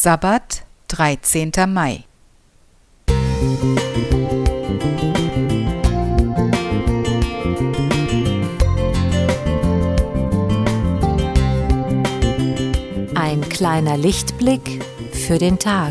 Sabbat, 13. Mai. Ein kleiner Lichtblick für den Tag.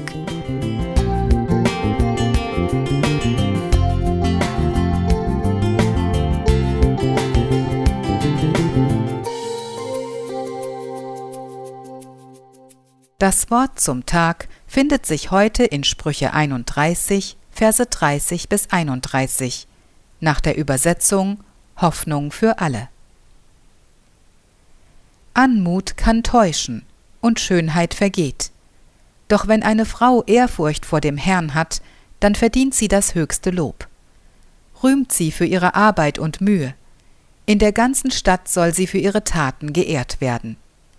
Das Wort zum Tag findet sich heute in Sprüche 31, Verse 30 bis 31, nach der Übersetzung Hoffnung für alle. Anmut kann täuschen und Schönheit vergeht. Doch wenn eine Frau Ehrfurcht vor dem Herrn hat, dann verdient sie das höchste Lob. Rühmt sie für ihre Arbeit und Mühe. In der ganzen Stadt soll sie für ihre Taten geehrt werden.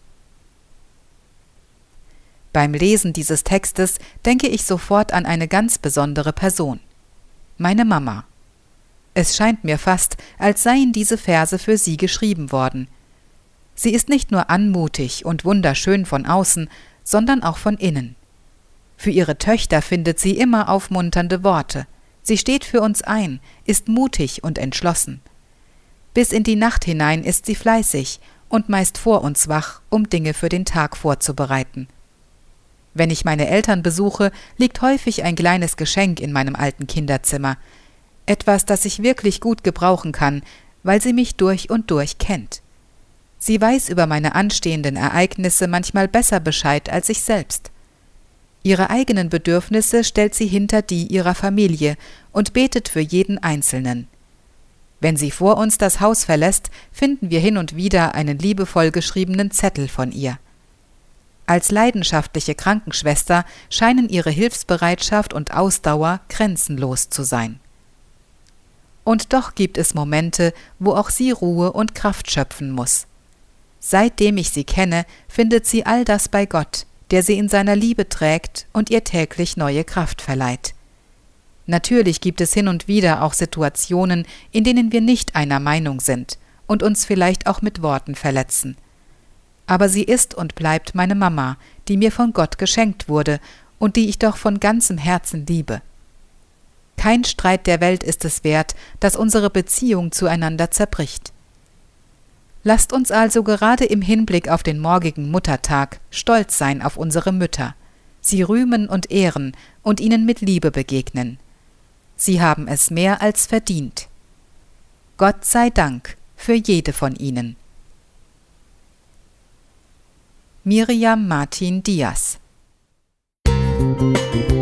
Beim Lesen dieses Textes denke ich sofort an eine ganz besondere Person. Meine Mama. Es scheint mir fast, als seien diese Verse für sie geschrieben worden. Sie ist nicht nur anmutig und wunderschön von außen, sondern auch von innen. Für ihre Töchter findet sie immer aufmunternde Worte. Sie steht für uns ein, ist mutig und entschlossen. Bis in die Nacht hinein ist sie fleißig und meist vor uns wach, um Dinge für den Tag vorzubereiten. Wenn ich meine Eltern besuche, liegt häufig ein kleines Geschenk in meinem alten Kinderzimmer. Etwas, das ich wirklich gut gebrauchen kann, weil sie mich durch und durch kennt. Sie weiß über meine anstehenden Ereignisse manchmal besser Bescheid als ich selbst. Ihre eigenen Bedürfnisse stellt sie hinter die ihrer Familie und betet für jeden Einzelnen. Wenn sie vor uns das Haus verlässt, finden wir hin und wieder einen liebevoll geschriebenen Zettel von ihr. Als leidenschaftliche Krankenschwester scheinen ihre Hilfsbereitschaft und Ausdauer grenzenlos zu sein. Und doch gibt es Momente, wo auch sie Ruhe und Kraft schöpfen muss. Seitdem ich sie kenne, findet sie all das bei Gott, der sie in seiner Liebe trägt und ihr täglich neue Kraft verleiht. Natürlich gibt es hin und wieder auch Situationen, in denen wir nicht einer Meinung sind und uns vielleicht auch mit Worten verletzen. Aber sie ist und bleibt meine Mama, die mir von Gott geschenkt wurde und die ich doch von ganzem Herzen liebe. Kein Streit der Welt ist es wert, dass unsere Beziehung zueinander zerbricht. Lasst uns also gerade im Hinblick auf den morgigen Muttertag stolz sein auf unsere Mütter, sie rühmen und ehren und ihnen mit Liebe begegnen. Sie haben es mehr als verdient. Gott sei Dank für jede von ihnen. Miriam Martin Diaz.